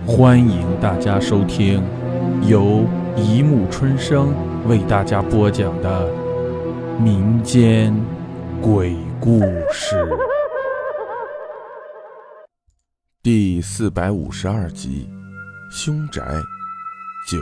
欢迎大家收听由一木春生为大家播讲的民间鬼故事第452集凶宅9。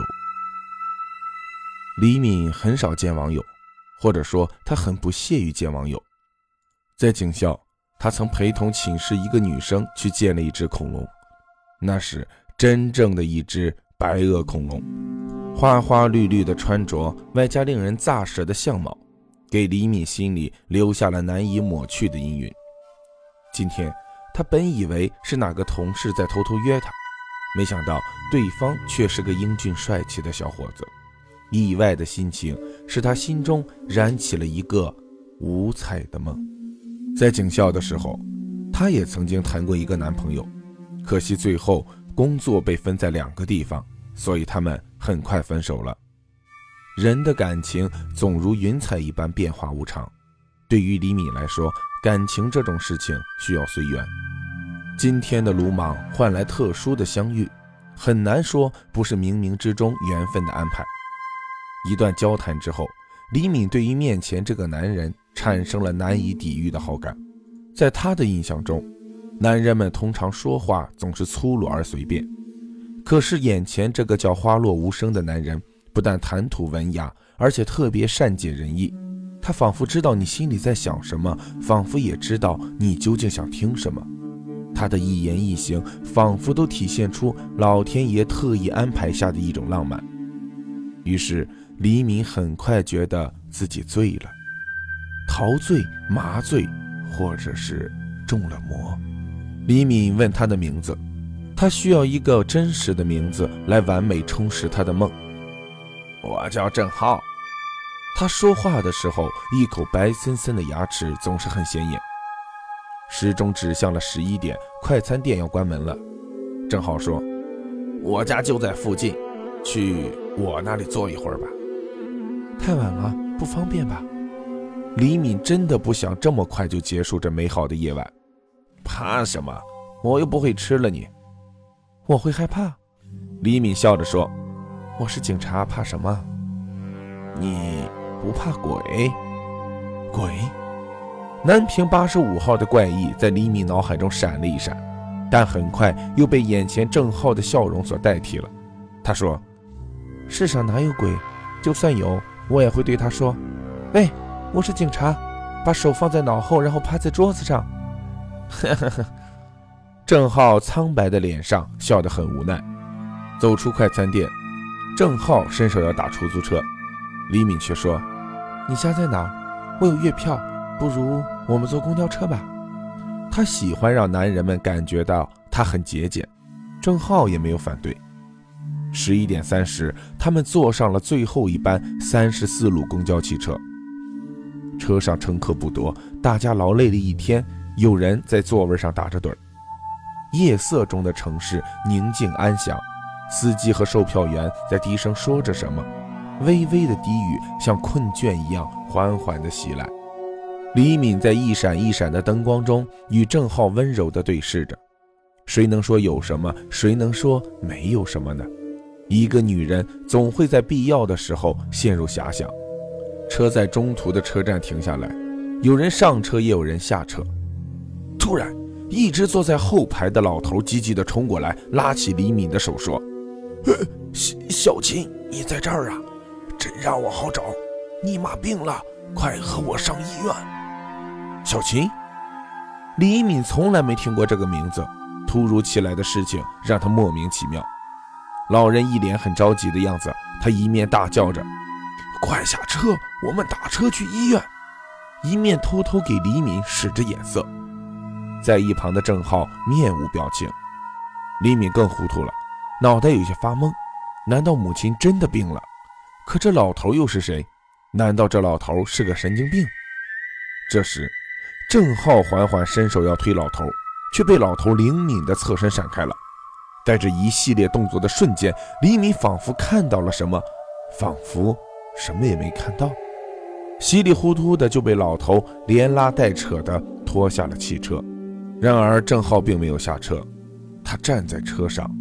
李敏很少见网友，或者说他很不屑于见网友。在警校，他曾陪同寝室一个女生去见了一只恐龙，那是真正的一只白垩恐龙，花花绿绿的穿着，外加令人咋舌的相貌，给李敏心里留下了难以抹去的阴云。今天他本以为是哪个同事在偷偷约他，没想到对方却是个英俊帅气的小伙子。意外的心情使他心中燃起了一个五彩的梦。在警校的时候，他也曾经谈过一个男朋友，可惜最后工作被分在2个地方，所以他们很快分手了。人的感情总如云彩一般变化无常，对于李敏来说，感情这种事情需要随缘。今天的鲁莽换来特殊的相遇，很难说不是冥冥之中缘分的安排。一段交谈之后，李敏对于面前这个男人产生了难以抵御的好感。在他的印象中，男人们通常说话总是粗鲁而随便，可是眼前这个叫花落无声的男人，不但谈吐文雅，而且特别善解人意。他仿佛知道你心里在想什么，仿佛也知道你究竟想听什么。他的一言一行仿佛都体现出老天爷特意安排下的一种浪漫。于是李敏很快觉得自己醉了，陶醉、麻醉，或者是中了魔。李敏问他的名字，他需要一个真实的名字来完美充实他的梦。我叫郑浩。他说话的时候，一口白森森的牙齿总是很显眼。时钟指向了11点，快餐店要关门了。郑浩说，我家就在附近，去我那里坐一会儿吧。太晚了，不方便吧？李敏真的不想这么快就结束这美好的夜晚。怕什么？我又不会吃了你。我会害怕。李敏笑着说，我是警察，怕什么？你不怕鬼？鬼？南平85号的怪异在李敏脑海中闪了一闪，但很快又被眼前郑浩的笑容所代替了。他说，世上哪有鬼？就算有，我也会对他说，喂，我是警察，把手放在脑后，然后趴在桌子上。呵呵呵，郑浩苍白的脸上笑得很无奈。走出快餐店，郑浩伸手要打出租车，李敏却说，你家在哪儿？我有月票，不如我们坐公交车吧。他喜欢让男人们感觉到他很节俭，郑浩也没有反对。11点30，他们坐上了最后一班34路公交汽车。车上乘客不多，大家劳累了一天，有人在座位上打着盹。夜色中的城市宁静安详，司机和售票员在低声说着什么，微微的低语像困倦一样缓缓地袭来。李敏在一闪一闪的灯光中与郑浩温柔地对视着。谁能说有什么，谁能说没有什么呢？一个女人总会在必要的时候陷入遐想。车在中途的车站停下来，有人上车也有人下车。突然，一直坐在后排的老头急急地冲过来，拉起李敏的手说，小琴，你在这儿啊？真让我好找，你妈病了，快和我上医院。小琴？李敏从来没听过这个名字，突如其来的事情让他莫名其妙。老人一脸很着急的样子，他一面大叫着，快下车，我们打车去医院，一面偷偷给李敏使着眼色。在一旁的郑浩面无表情。李敏更糊涂了，脑袋有些发懵，难道母亲真的病了？可这老头又是谁？难道这老头是个神经病？这时郑浩缓缓伸手要推老头，却被老头灵敏的侧身闪开了。在这一系列动作的瞬间，李敏仿佛看到了什么，仿佛什么也没看到，稀里糊涂的就被老头连拉带扯的拖下了汽车。然而郑浩并没有下车，他站在车上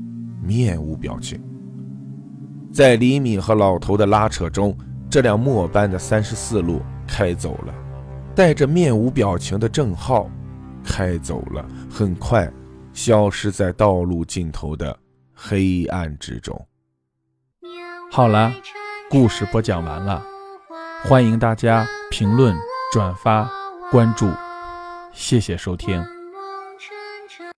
面无表情。在李敏和老头的拉扯中，这辆末班的34路开走了，带着面无表情的郑浩开走了，很快消失在道路尽头的黑暗之中。 好了，故事播讲完了，欢迎大家评论、转发、关注，谢谢收听。